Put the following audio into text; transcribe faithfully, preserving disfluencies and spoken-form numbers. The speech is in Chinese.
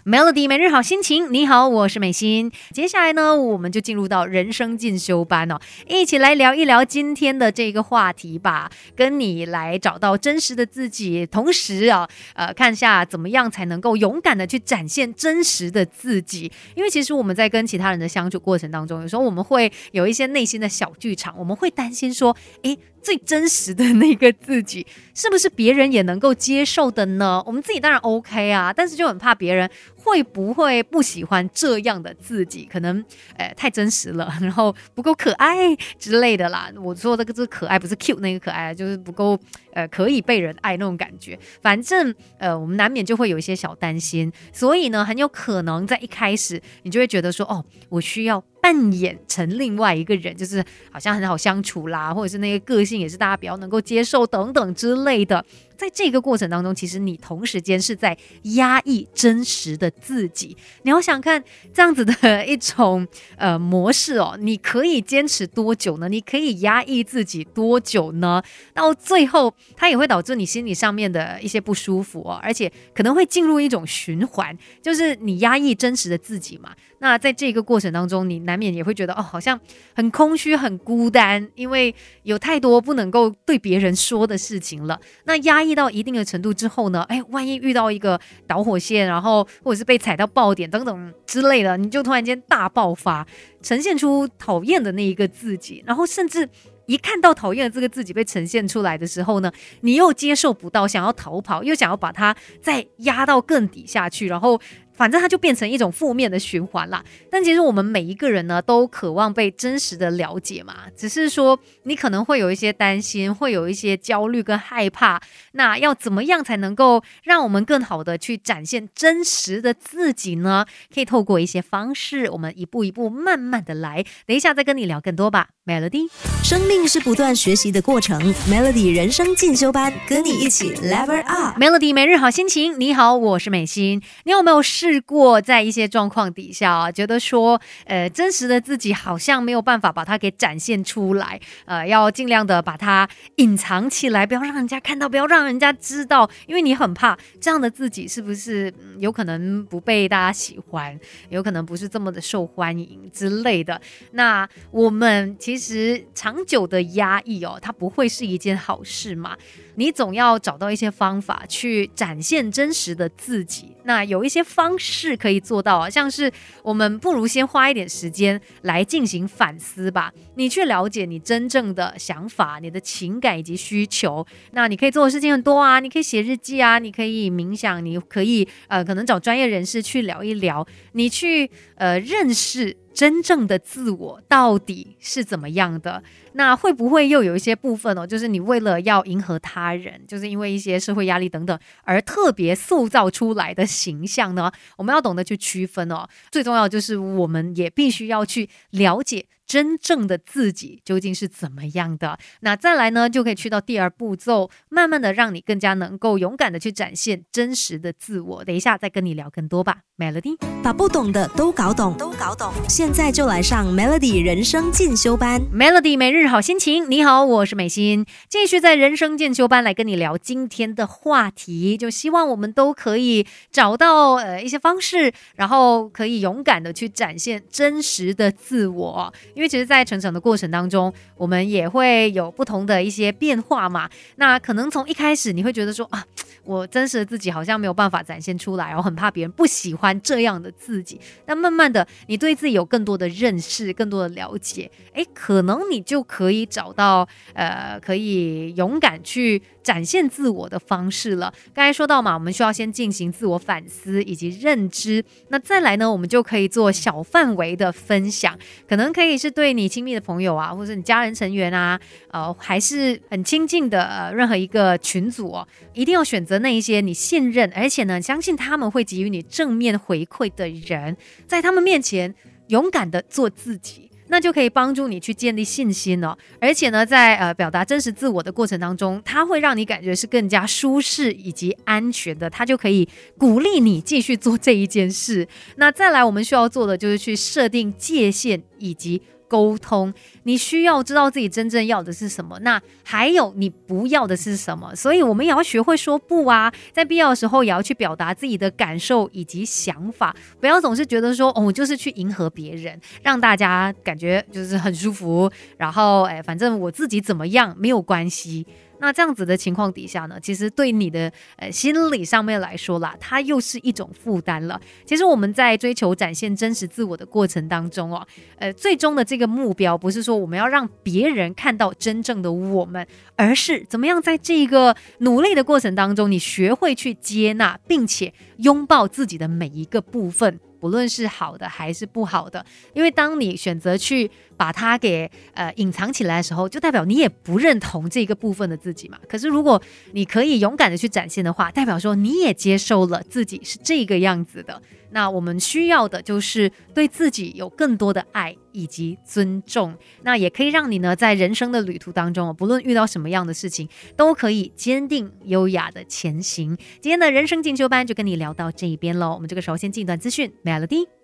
Melody 每日好心情，你好，我是美心。接下来呢，我们就进入到人生进修班哦，一起来聊一聊今天的这个话题吧，跟你来找到真实的自己，同时啊，呃，看下怎么样才能够勇敢的去展现真实的自己。因为其实我们在跟其他人的相处过程当中，有时候我们会有一些内心的小剧场，我们会担心说，诶，最真实的那个自己是不是别人也能够接受的呢？我们自己当然 OK 啊，但是就很怕别人会不会不喜欢这样的自己，可能呃太真实了，然后不够可爱之类的啦。我说的这个可爱不是 cute 那个可爱，就是不够呃可以被人爱那种感觉。反正呃我们难免就会有一些小担心，所以呢很有可能在一开始你就会觉得说，哦，我需要扮演成另外一个人，就是好像很好相处啦，或者是那个个性也是大家比较能够接受等等之类的。在这个过程当中，其实你同时间是在压抑真实的自己。你要想看这样子的一种呃模式哦，你可以坚持多久呢？你可以压抑自己多久呢？到最后，它也会导致你心理上面的一些不舒服哦，而且可能会进入一种循环，就是你压抑真实的自己嘛。那在这个过程当中，你难免也会觉得哦，好像很空虚、很孤单，因为有太多不能够对别人说的事情了。那压抑到一定的程度之后呢，哎，万一遇到一个导火线，然后或者是被踩到爆点等等之类的，你就突然间大爆发，呈现出讨厌的那一个自己，然后甚至一看到讨厌的这个自己被呈现出来的时候呢，你又接受不到，想要逃跑，又想要把它再压到更底下去，然后反正它就变成一种负面的循环啦。但其实我们每一个人呢，都渴望被真实的了解嘛，只是说你可能会有一些担心，会有一些焦虑跟害怕。那要怎么样才能够让我们更好的去展现真实的自己呢？可以透过一些方式，我们一步一步慢慢的来。等一下再跟你聊更多吧。 Melody， 生命是不断学习的过程， Melody 人生进修班，跟你一起 Level Up。 Melody 每日好心情，你好，我是美心。你有没有试过在一些状况底下啊，觉得说呃真实的自己好像没有办法把它给展现出来，呃要尽量的把它隐藏起来，不要让人家看到，不要让人家知道，因为你很怕这样的自己是不是、嗯、有可能不被大家喜欢，有可能不是这么的受欢迎之类的。那我们其实长久的压抑哦，它不会是一件好事嘛。你总要找到一些方法去展现真实的自己。那有一些方式可以做到啊，像是我们不如先花一点时间来进行反思吧。你去了解你真正的想法、你的情感以及需求。那你可以做的事情很多啊，你可以写日记啊，你可以冥想，你可以呃可能找专业人士去聊一聊，你去呃认识真正的自我到底是怎么样的。那会不会又有一些部分哦，就是你为了要迎合他人，就是因为一些社会压力等等而特别塑造出来的形象呢？我们要懂得去区分哦。最重要就是我们也必须要去了解真正的自己究竟是怎么样的。那再来呢，就可以去到第二步骤，慢慢的让你更加能够勇敢的去展现真实的自我。等一下再跟你聊更多吧。 Melody， 把不懂的都搞懂，都搞懂。现在就来上 Melody 人生进修班。 Melody 每日好心情，你好，我是美心。继续在人生进修班来跟你聊今天的话题，就希望我们都可以找到呃一些方式，然后可以勇敢的去展现真实的自我。因为其实在成长的过程当中，我们也会有不同的一些变化嘛。那可能从一开始你会觉得说啊，我真实的自己好像没有办法展现出来，我很怕别人不喜欢这样的自己。但慢慢的你对自己有更多的认识，更多的了解，诶，可能你就可以找到呃可以勇敢去展现自我的方式了。刚才说到嘛，我们需要先进行自我反思以及认知，那再来呢，我们就可以做小范围的分享，可能可以是对你亲密的朋友啊，或者你家人成员啊，呃，还是很亲近的、呃、任何一个群组哦，一定要选择那一些你信任，而且呢，相信他们会给予你正面回馈的人，在他们面前勇敢的做自己。那就可以帮助你去建立信心哦，而且呢，在呃表达真实自我的过程当中，它会让你感觉是更加舒适以及安全的，它就可以鼓励你继续做这一件事。那再来，我们需要做的就是去设定界限以及沟通，你需要知道自己真正要的是什么，那还有你不要的是什么，所以我们也要学会说不啊，在必要的时候也要去表达自己的感受以及想法，不要总是觉得说哦，我就是去迎合别人，让大家感觉就是很舒服，然后哎，反正我自己怎么样没有关系。那这样子的情况底下呢，其实对你的呃心理上面来说啦，它又是一种负担了。其实我们在追求展现真实自我的过程当中哦，呃，最终的这个目标不是说我们要让别人看到真正的我们，而是怎么样在这个努力的过程当中，你学会去接纳，并且拥抱自己的每一个部分。不论是好的还是不好的，因为当你选择去把它给呃隐藏起来的时候，就代表你也不认同这个部分的自己嘛。可是如果你可以勇敢的去展现的话，代表说你也接受了自己是这个样子的。那我们需要的就是对自己有更多的爱以及尊重，那也可以让你呢在人生的旅途当中，不论遇到什么样的事情，都可以坚定优雅的前行。今天的人生进修班就跟你聊到这一边咯，我们这个时候先进一段资讯 Melody。